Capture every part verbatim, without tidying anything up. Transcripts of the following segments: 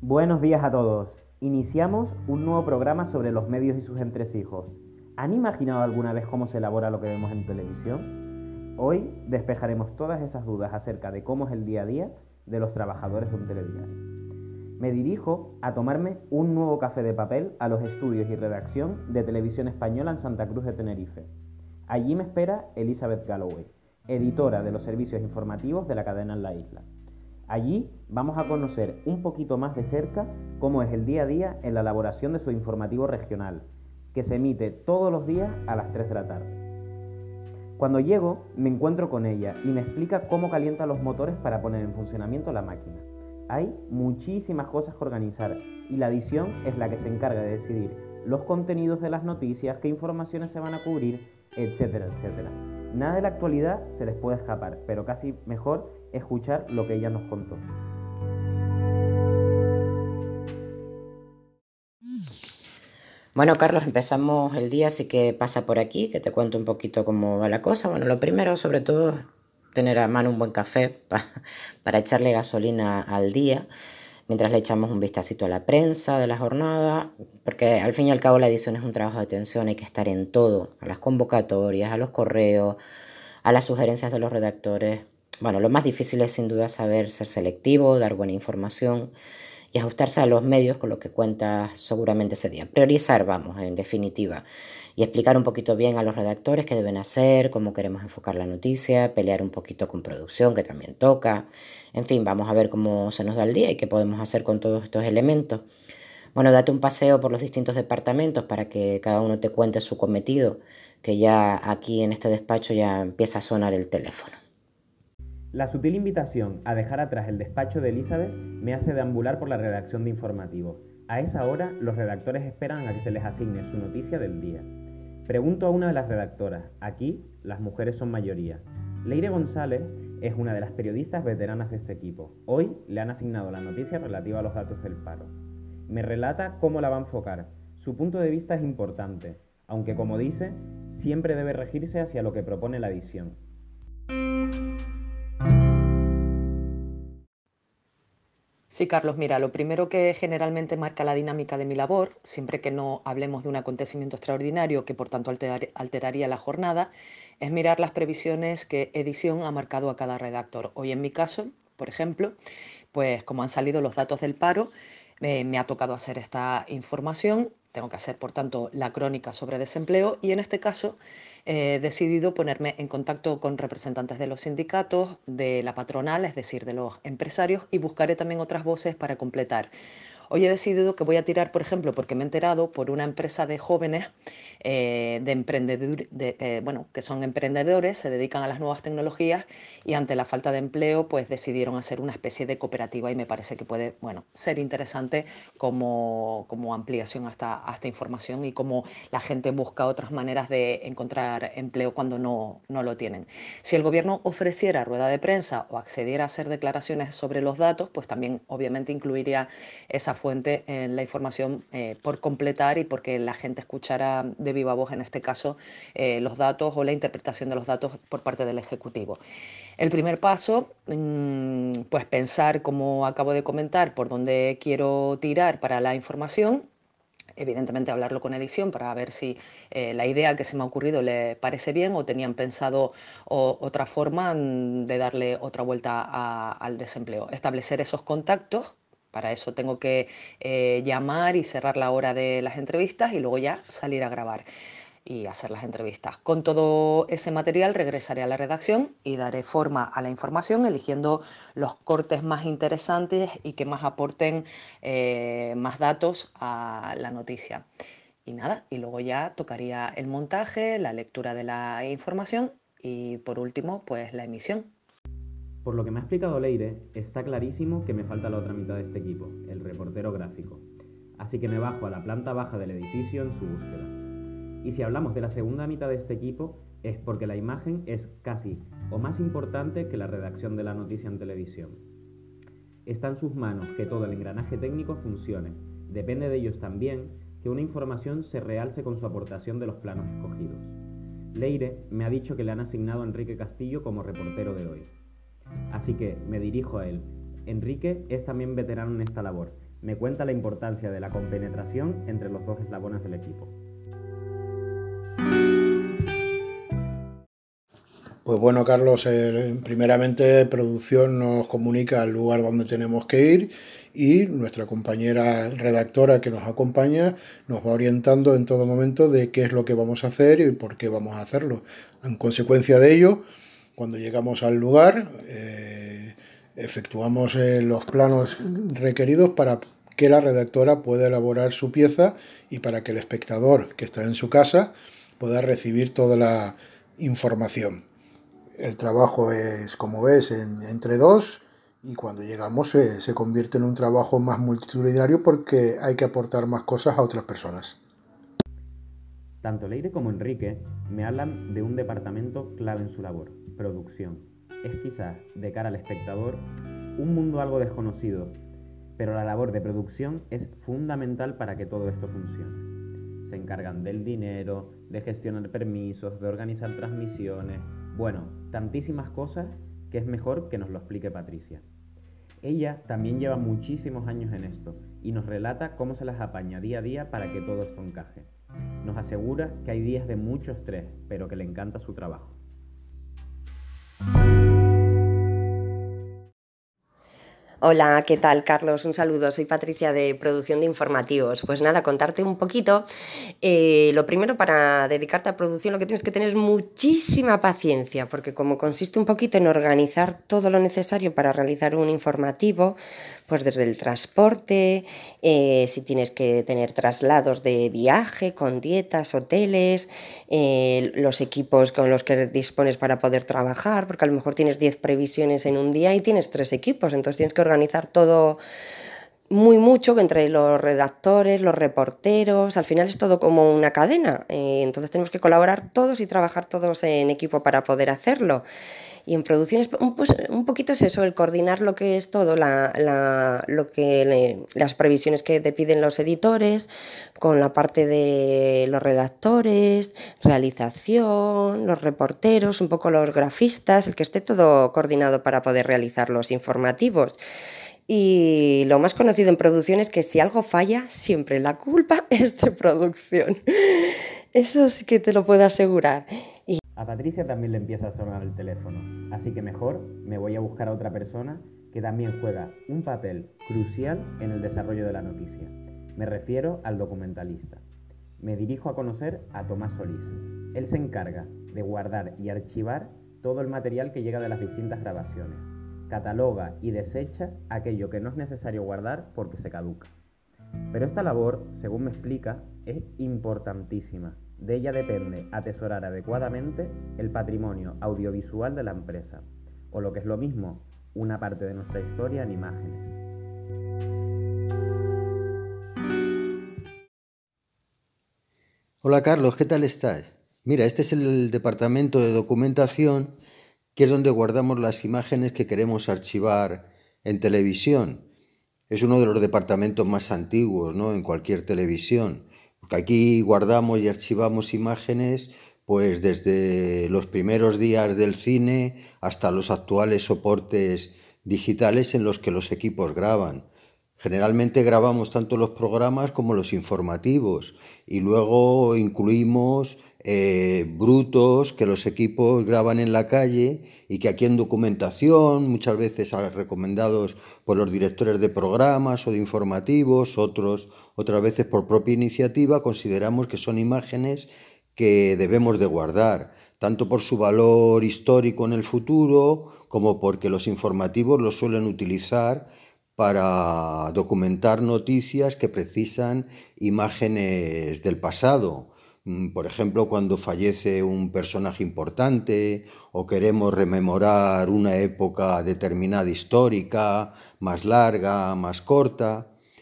Buenos días a todos. Iniciamos un nuevo programa sobre los medios y sus entresijos. ¿Han imaginado alguna vez cómo se elabora lo que vemos en televisión? Hoy despejaremos todas esas dudas acerca de cómo es el día a día de los trabajadores de un telediario. Me dirijo a tomarme un nuevo café de papel a los estudios y redacción de Televisión Española en Santa Cruz de Tenerife. Allí me espera Elizabeth Galloway, editora de los servicios informativos de la cadena en la isla. Allí vamos a conocer un poquito más de cerca cómo es el día a día en la elaboración de su informativo regional, que se emite todos los días a las tres de la tarde. Cuando llego, me encuentro con ella y me explica cómo calienta los motores para poner en funcionamiento la máquina. Hay muchísimas cosas que organizar y la edición es la que se encarga de decidir los contenidos de las noticias, qué informaciones se van a cubrir, etcétera, etcétera. Nada de la actualidad se les puede escapar, pero casi mejor escuchar lo que ella nos contó. Bueno, Carlos, empezamos el día, así que pasa por aquí, que te cuento un poquito cómo va la cosa. Bueno, lo primero, sobre todo, es tener a mano un buen café pa- para echarle gasolina al día, mientras le echamos un vistacito a la prensa de la jornada, porque al fin y al cabo la edición es un trabajo de atención, hay que estar en todo, a las convocatorias, a los correos, a las sugerencias de los redactores. Bueno, lo más difícil es sin duda saber ser selectivo, dar buena información y ajustarse a los medios con lo que cuenta seguramente ese día. Priorizar, vamos, en definitiva, y explicar un poquito bien a los redactores qué deben hacer, cómo queremos enfocar la noticia, pelear un poquito con producción, que también toca. En fin, vamos a ver cómo se nos da el día y qué podemos hacer con todos estos elementos. Bueno, date un paseo por los distintos departamentos para que cada uno te cuente su cometido, que ya aquí en este despacho ya empieza a sonar el teléfono. La sutil invitación a dejar atrás el despacho de Elizabeth me hace deambular por la redacción de informativos. A esa hora, los redactores esperan a que se les asigne su noticia del día. Pregunto a una de las redactoras. Aquí, las mujeres son mayoría. Leire González es una de las periodistas veteranas de este equipo. Hoy le han asignado la noticia relativa a los datos del paro. Me relata cómo la va a enfocar. Su punto de vista es importante, aunque como dice, siempre debe regirse hacia lo que propone la edición. Sí, Carlos, mira, lo primero que generalmente marca la dinámica de mi labor, siempre que no hablemos de un acontecimiento extraordinario que por tanto alterar- alteraría la jornada, es mirar las previsiones que edición ha marcado a cada redactor. Hoy en mi caso, por ejemplo, pues como han salido los datos del paro, eh, me ha tocado hacer esta información, tengo que hacer por tanto la crónica sobre desempleo y en este caso he decidido ponerme en contacto con representantes de los sindicatos, de la patronal, es decir, de los empresarios, y buscaré también otras voces para completar. Hoy he decidido que voy a tirar, por ejemplo, porque me he enterado por una empresa de jóvenes, eh, de emprendedor, de, eh, bueno, que son emprendedores, se dedican a las nuevas tecnologías y ante la falta de empleo, pues decidieron hacer una especie de cooperativa y me parece que puede, bueno, ser interesante como, como ampliación a esta, a esta información y cómo la gente busca otras maneras de encontrar empleo cuando no, no lo tienen. Si el gobierno ofreciera rueda de prensa o accediera a hacer declaraciones sobre los datos, pues también obviamente incluiría esa fuente en la información, eh, por completar y porque la gente escuchara de viva voz, en este caso, eh, los datos o la interpretación de los datos por parte del Ejecutivo. El primer paso, mmm, pues pensar, como acabo de comentar, por dónde quiero tirar para la información. Evidentemente hablarlo con edición para ver si eh, la idea que se me ha ocurrido le parece bien o tenían pensado o, otra forma mm, de darle otra vuelta a, al desempleo. Establecer esos contactos, para eso tengo que eh, llamar y cerrar la hora de las entrevistas y luego ya salir a grabar y hacer las entrevistas. Con todo ese material regresaré a la redacción y daré forma a la información eligiendo los cortes más interesantes y que más aporten eh, más datos a la noticia. Y nada, y luego ya tocaría el montaje, la lectura de la información y por último, pues la emisión. Por lo que me ha explicado Leire, está clarísimo que me falta la otra mitad de este equipo, el reportero gráfico. Así que me bajo a la planta baja del edificio en su búsqueda. Y si hablamos de la segunda mitad de este equipo, es porque la imagen es casi o más importante que la redacción de la noticia en televisión. Está en sus manos que todo el engranaje técnico funcione. Depende de ellos también que una información se realce con su aportación de los planos escogidos. Leire me ha dicho que le han asignado a Enrique Castillo como reportero de hoy. Así que me dirijo a él. Enrique es también veterano en esta labor Me cuenta la importancia de la compenetración entre los dos eslabones del equipo. Pues bueno, Carlos, eh, primeramente producción nos comunica el lugar donde tenemos que ir y nuestra compañera redactora que nos acompaña nos va orientando en todo momento de qué es lo que vamos a hacer y por qué vamos a hacerlo. En consecuencia de ello, cuando llegamos al lugar, eh, efectuamos eh, los planos requeridos para que la redactora pueda elaborar su pieza y para que el espectador que está en su casa pueda recibir toda la información. El trabajo es, como ves, en, entre dos y cuando llegamos eh, se convierte en un trabajo más multitudinario porque hay que aportar más cosas a otras personas. Tanto Leire como Enrique me hablan de un departamento clave en su labor, producción. Es quizás, de cara al espectador, un mundo algo desconocido, pero la labor de producción es fundamental para que todo esto funcione. Se encargan del dinero, de gestionar permisos, de organizar transmisiones. Bueno, tantísimas cosas que es mejor que nos lo explique Patricia. Ella también lleva muchísimos años en esto y nos relata cómo se las apaña día a día para que todo esto encaje. Nos asegura que hay días de mucho estrés, pero que le encanta su trabajo. Hola, ¿qué tal, Carlos? Un saludo, soy Patricia de Producción de Informativos. Pues nada, contarte un poquito. Eh, lo primero, para dedicarte a producción, lo que tienes que tener es muchísima paciencia, porque como consiste un poquito en organizar todo lo necesario para realizar un informativo, pues desde el transporte, eh, si tienes que tener traslados de viaje, con dietas, hoteles, eh, los equipos con los que dispones para poder trabajar, porque a lo mejor tienes diez previsiones en un día y tienes tres equipos, entonces tienes que organizar todo muy mucho entre los redactores, los reporteros, al final es todo como una cadena, eh, entonces tenemos que colaborar todos y trabajar todos en equipo para poder hacerlo. Y en producción es un, pues, un poquito es eso, el coordinar lo que es todo, la, la, lo que le, las previsiones que te piden los editores, con la parte de los redactores, realización, los reporteros, un poco los grafistas, el que esté todo coordinado para poder realizar los informativos. Y lo más conocido en producción es que si algo falla, siempre la culpa es de producción. Eso sí que te lo puedo asegurar. Y a Patricia también le empieza a sonar el teléfono, así que mejor me voy a buscar a otra persona que también juega un papel crucial en el desarrollo de la noticia. Me refiero al documentalista. Me dirijo a conocer a Tomás Solís. Él se encarga de guardar y archivar todo el material que llega de las distintas grabaciones. Cataloga y desecha aquello que no es necesario guardar porque se caduca. Pero esta labor, según me explica, es importantísima. De ella depende atesorar adecuadamente el patrimonio audiovisual de la empresa, o lo que es lo mismo, una parte de nuestra historia en imágenes. Hola Carlos, ¿qué tal estás? Mira, este es el departamento de documentación, que es donde guardamos las imágenes que queremos archivar en televisión. Es uno de los departamentos más antiguos, ¿no?, en cualquier televisión, porque aquí guardamos y archivamos imágenes pues desde los primeros días del cine hasta los actuales soportes digitales en los que los equipos graban. Generalmente grabamos tanto los programas como los informativos y luego incluimos eh, brutos que los equipos graban en la calle y que aquí en documentación, muchas veces recomendados por los directores de programas o de informativos, otros, otras veces por propia iniciativa, consideramos que son imágenes que debemos de guardar, tanto por su valor histórico en el futuro como porque los informativos los suelen utilizar para documentar noticias que precisan imágenes del pasado. Por ejemplo, cuando fallece un personaje importante o queremos rememorar una época determinada histórica, más larga, más corta.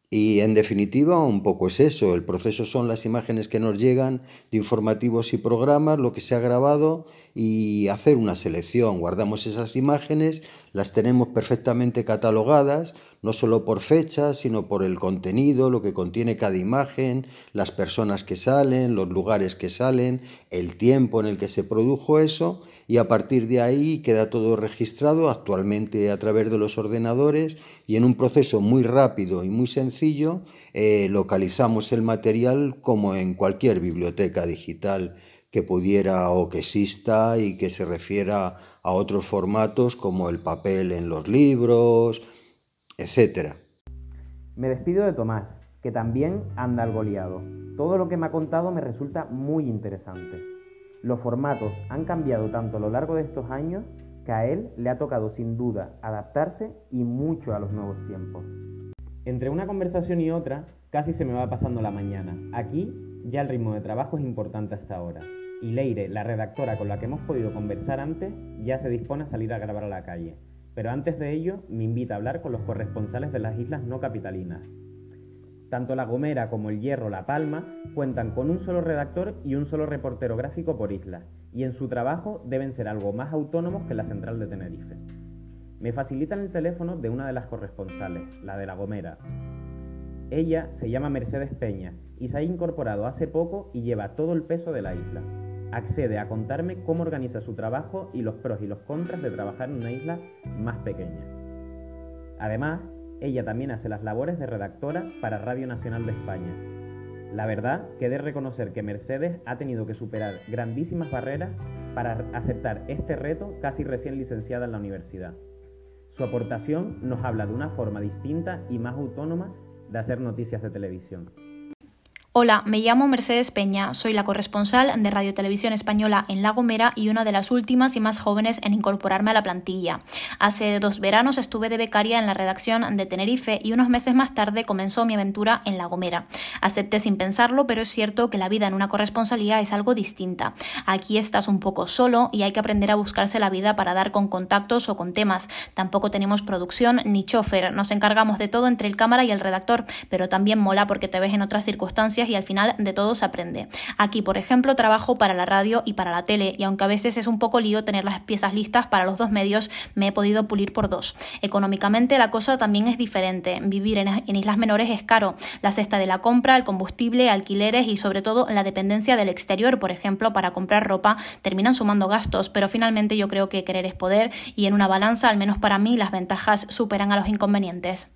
Y en definitiva, un poco es eso, el proceso son las imágenes que nos llegan de informativos y programas, lo que se ha grabado y hacer una selección. Guardamos esas imágenes, las tenemos perfectamente catalogadas, no solo por fecha, sino por el contenido, lo que contiene cada imagen, las personas que salen, los lugares que salen, el tiempo en el que se produjo eso, y a partir de ahí queda todo registrado actualmente a través de los ordenadores y en un proceso muy rápido y muy sencillo eh, localizamos el material como en cualquier biblioteca digital que pudiera o que exista y que se refiera a otros formatos como el papel en los libros, etcétera. Me despido de Tomás, que también anda algo liado. Todo lo que me ha contado me resulta muy interesante. Los formatos han cambiado tanto a lo largo de estos años que a él le ha tocado sin duda adaptarse y mucho a los nuevos tiempos. Entre una conversación y otra, casi se me va pasando la mañana. Aquí ya el ritmo de trabajo es importante hasta ahora. Y Leire, la redactora con la que hemos podido conversar antes, ya se dispone a salir a grabar a la calle. Pero antes de ello, me invita a hablar con los corresponsales de las islas no capitalinas. Tanto La Gomera como El Hierro, La Palma, cuentan con un solo redactor y un solo reportero gráfico por isla, y en su trabajo deben ser algo más autónomos que la central de Tenerife. Me facilitan el teléfono de una de las corresponsales, la de La Gomera. Ella se llama Mercedes Peña y se ha incorporado hace poco y lleva todo el peso de la isla. Accede a contarme cómo organiza su trabajo y los pros y los contras de trabajar en una isla más pequeña. Además, ella también hace las labores de redactora para Radio Nacional de España. La verdad que he de reconocer que Mercedes ha tenido que superar grandísimas barreras para aceptar este reto casi recién licenciada en la universidad. Su aportación nos habla de una forma distinta y más autónoma de hacer noticias de televisión. Hola, me llamo Mercedes Peña, soy la corresponsal de Radio Televisión Española en La Gomera y una de las últimas y más jóvenes en incorporarme a la plantilla. Hace dos veranos estuve de becaria en la redacción de Tenerife y unos meses más tarde comenzó mi aventura en La Gomera. Acepté sin pensarlo, pero es cierto que la vida en una corresponsalía es algo distinta. Aquí estás un poco solo y hay que aprender a buscarse la vida para dar con contactos o con temas. Tampoco tenemos producción ni chofer, nos encargamos de todo entre el cámara y el redactor, pero también mola porque te ves en otras circunstancias y al final de todo se aprende. Aquí, por ejemplo, trabajo para la radio y para la tele, y aunque a veces es un poco lío tener las piezas listas para los dos medios, me he podido pulir por dos. Económicamente la cosa también es diferente. Vivir en, en islas menores es caro. La cesta de la compra, el combustible, alquileres y sobre todo la dependencia del exterior, por ejemplo, para comprar ropa, terminan sumando gastos, pero finalmente yo creo que querer es poder y en una balanza, al menos para mí, las ventajas superan a los inconvenientes.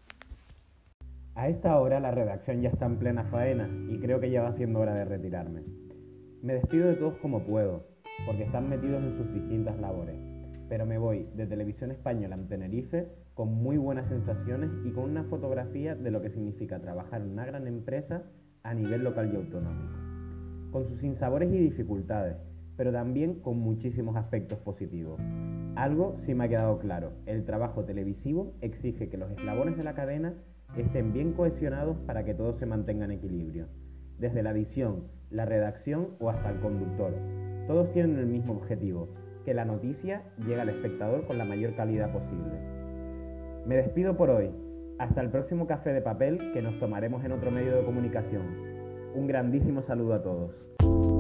A esta hora la redacción ya está en plena faena y creo que ya va siendo hora de retirarme. Me despido de todos como puedo, porque están metidos en sus distintas labores, pero me voy de Televisión Española en Tenerife con muy buenas sensaciones y con una fotografía de lo que significa trabajar en una gran empresa a nivel local y autonómico, con sus sinsabores y dificultades, pero también con muchísimos aspectos positivos. Algo sí me ha quedado claro: el trabajo televisivo exige que los eslabones de la cadena estén bien cohesionados para que todo se mantenga en equilibrio. Desde la edición, la redacción o hasta el conductor, todos tienen el mismo objetivo: que la noticia llegue al espectador con la mayor calidad posible. Me despido por hoy. Hasta el próximo café de papel que nos tomaremos en otro medio de comunicación. Un grandísimo saludo a todos.